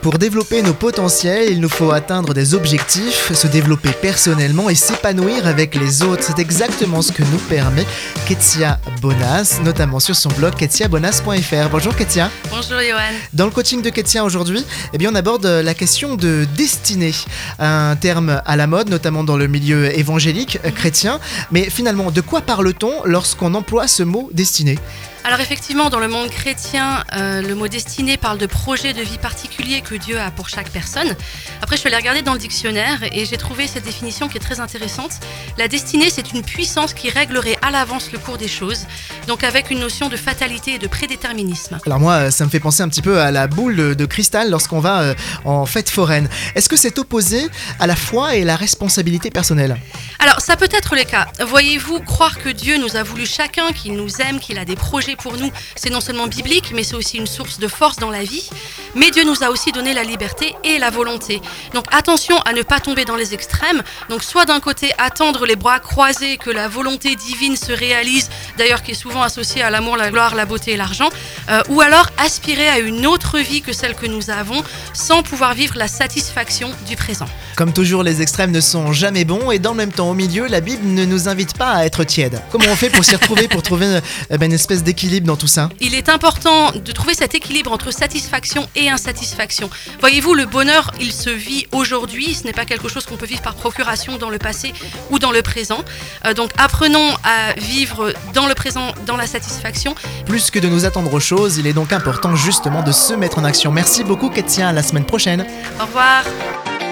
Pour développer nos potentiels, il nous faut atteindre des objectifs, se développer personnellement et s'épanouir avec les autres. C'est exactement ce que nous permet Ketia Bonas, notamment sur son blog ketiabonas.fr. Bonjour Ketia. Bonjour Johan. Dans le coaching de Ketia aujourd'hui, on aborde la question de destinée, un terme à la mode, notamment dans le milieu évangélique chrétien. Mais finalement, de quoi parle-t-on lorsqu'on emploie ce mot destinée ? Alors effectivement, dans le monde chrétien, le mot destinée parle de projet de vie particulier que Dieu a pour chaque personne. Après, je suis allée regarder dans le dictionnaire et j'ai trouvé cette définition qui est très intéressante. La destinée, c'est une puissance qui réglerait à l'avance le cours des choses, donc avec une notion de fatalité et de prédéterminisme. Alors moi, ça me fait penser un petit peu à la boule de cristal lorsqu'on va en fête foraine. Est-ce que c'est opposé à la foi et la responsabilité personnelle ? Alors, ça peut être le cas. Voyez-vous, croire que Dieu nous a voulu chacun, qu'il nous aime, qu'il a des projets pour nous, c'est non seulement biblique, mais c'est aussi une source de force dans la vie. Mais Dieu nous a aussi donné la liberté et la volonté. Donc attention à ne pas tomber dans les extrêmes. Donc soit d'un côté attendre les bras croisés que la volonté divine se réalise, d'ailleurs qui est souvent associée à l'amour, la gloire, la beauté et l'argent, ou alors aspirer à une autre vie que celle que nous avons, sans pouvoir vivre la satisfaction du présent. Comme toujours, les extrêmes ne sont jamais bons et dans le même temps, au milieu, la Bible ne nous invite pas à être tiède. Comment on fait pour s'y retrouver, pour trouver une espèce d'équilibre dans tout ça ? Il est important de trouver cet équilibre entre satisfaction et insatisfaction. Voyez-vous, le bonheur, il se vit aujourd'hui, ce n'est pas quelque chose qu'on peut vivre par procuration dans le passé ou dans le présent. Donc apprenons à vivre dans le présent, dans la satisfaction. Plus que de nous attendre aux choses, il est donc important justement de se mettre en action. Merci beaucoup Ketia, à la semaine prochaine. Au revoir.